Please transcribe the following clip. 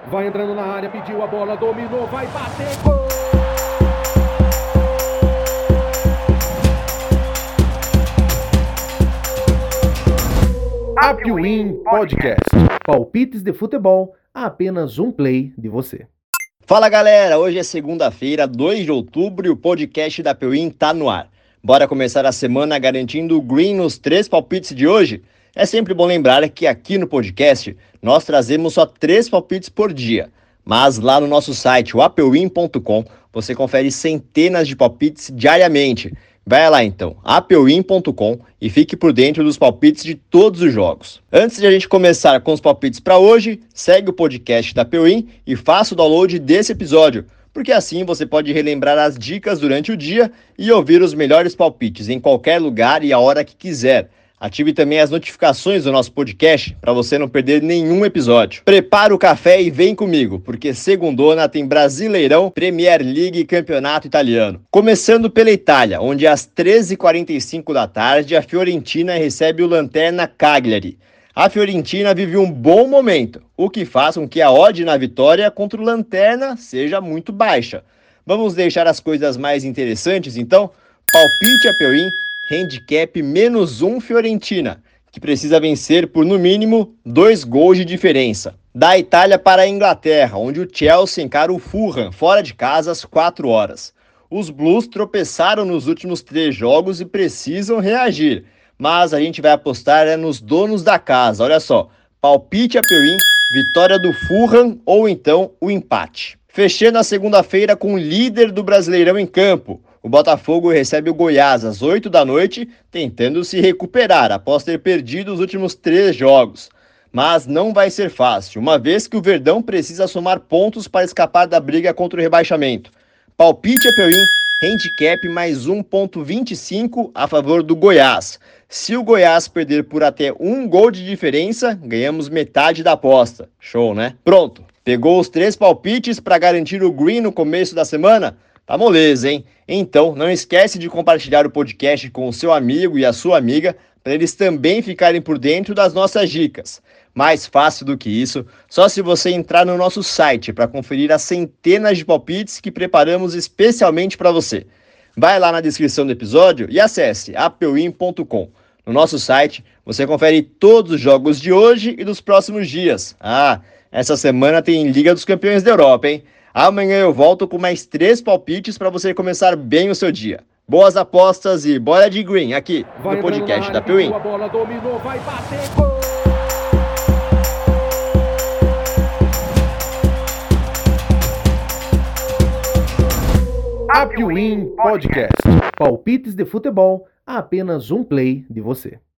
Vai entrando na área, pediu a bola, dominou, vai bater, gol! Apwin Podcast. Palpites de futebol a apenas um play de você. Fala galera, hoje é segunda-feira, 2 de outubro e o podcast da Apwin tá no ar. Bora começar a semana garantindo o green nos 3 palpites de hoje? É sempre bom lembrar que aqui no podcast nós trazemos só 3 palpites por dia. Mas lá no nosso site, o apwin.com, você confere centenas de palpites diariamente. Vai lá então, apwin.com, e fique por dentro dos palpites de todos os jogos. Antes de a gente começar com os palpites para hoje, segue o podcast da Apwin e faça o download desse episódio, porque assim você pode relembrar as dicas durante o dia e ouvir os melhores palpites em qualquer lugar e a hora que quiser. Ative também as notificações do nosso podcast para você não perder nenhum episódio. Prepara o café e vem comigo, porque segundona tem Brasileirão, Premier League e Campeonato Italiano. Começando pela Itália, onde às 13h45 da tarde a Fiorentina recebe o Lanterna Cagliari. A Fiorentina vive um bom momento, o que faz com que a odd na vitória contra o Lanterna seja muito baixa. Vamos deixar as coisas mais interessantes então? Palpite Apwin, handicap -1 Fiorentina, que precisa vencer por no mínimo 2 gols de diferença. Da Itália para a Inglaterra, onde o Chelsea encara o Fulham fora de casa às 4 horas. Os Blues tropeçaram nos últimos 3 jogos e precisam reagir, mas a gente vai apostar nos donos da casa. Olha só, palpite Apwin, vitória do Fulham ou então o empate. Fechando a segunda-feira com o líder do Brasileirão em campo. O Botafogo recebe o Goiás às 8 da noite, tentando se recuperar após ter perdido os últimos 3 jogos. Mas não vai ser fácil, uma vez que o Verdão precisa somar pontos para escapar da briga contra o rebaixamento. Palpite Apwin, handicap +1,25 a favor do Goiás. Se o Goiás perder por até 1 gol de diferença, ganhamos metade da aposta. Show, né? Pronto, pegou os 3 palpites para garantir o green no começo da semana? Tá moleza, hein? Então, não esquece de compartilhar o podcast com o seu amigo e a sua amiga, para eles também ficarem por dentro das nossas dicas. Mais fácil do que isso, só se você entrar no nosso site para conferir as centenas de palpites que preparamos especialmente para você. Vai lá na descrição do episódio e acesse apwin.com. No nosso site, você confere todos os jogos de hoje e dos próximos dias. Essa semana tem Liga dos Campeões da Europa, hein? Amanhã eu volto com mais 3 palpites para você começar bem o seu dia. Boas apostas e bora de green aqui no podcast da Apwin. A bola dominou, vai bater, gol! Apwin Podcast. Palpites de futebol a apenas um play de você.